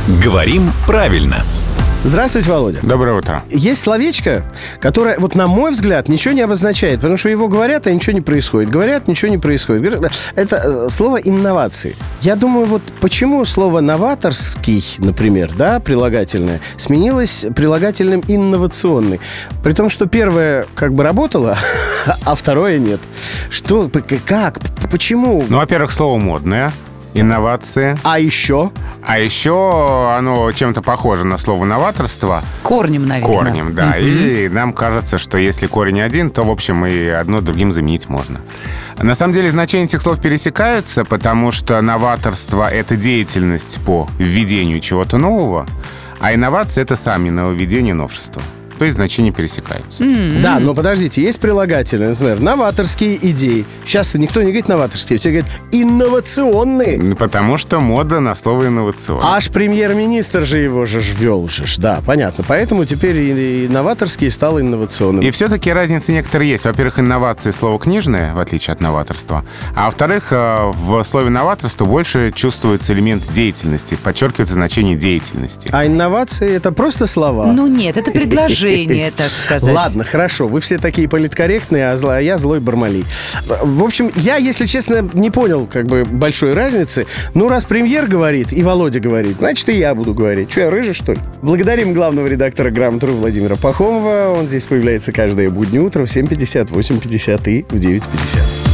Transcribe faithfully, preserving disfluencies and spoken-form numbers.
Говорим правильно. Здравствуйте, Володя. Доброе утро. Есть словечко, которое, вот на мой взгляд, ничего не обозначает, потому что его говорят, а ничего не происходит. Говорят, ничего не происходит. Это слово «инновации». Я думаю, вот почему слово «новаторский», например, да, прилагательное, сменилось прилагательным «инновационный». При том, что первое как бы работало, а второе нет. Что, как, почему? Ну, во-первых, слово модное. Инновации. А еще? А еще оно чем-то похоже на слово новаторство. Корнем, наверное. Корнем, да. Mm-hmm. И нам кажется, что если корень один, то, в общем, и одно другим заменить можно. На самом деле значения этих слов пересекаются, потому что новаторство — это деятельность по введению чего-то нового, а инновация — это сами нововведение, новшества. То есть значения пересекаются. Mm-hmm. Да, но подождите, есть прилагательные, например, новаторские идеи. Сейчас никто не говорит новаторские, все говорят инновационные. Потому что мода на слово инновационный. Аж премьер-министр же его же ввел же. Да, понятно. Поэтому теперь и новаторский стал инновационным. И все-таки разницы некоторые есть. Во-первых, инновации — слово книжное, в отличие от новаторства. А во-вторых, в слове новаторство больше чувствуется элемент деятельности, подчеркивается значение деятельности. А инновации — это просто слова? Ну нет, это предложение. Так сказать. Ладно, хорошо, вы все такие политкорректные, а, зло, а я злой Бармалей. В общем, я, если честно, не понял как бы большой разницы. Ну, раз премьер говорит и Володя говорит, значит, и я буду говорить. Че, я рыжий, что ли? Благодарим главного редактора «Грамоты.ру» Владимира Пахомова. Он здесь появляется каждое буднее утро в семь пятьдесят, восемь пятьдесят и в девять пятьдесят.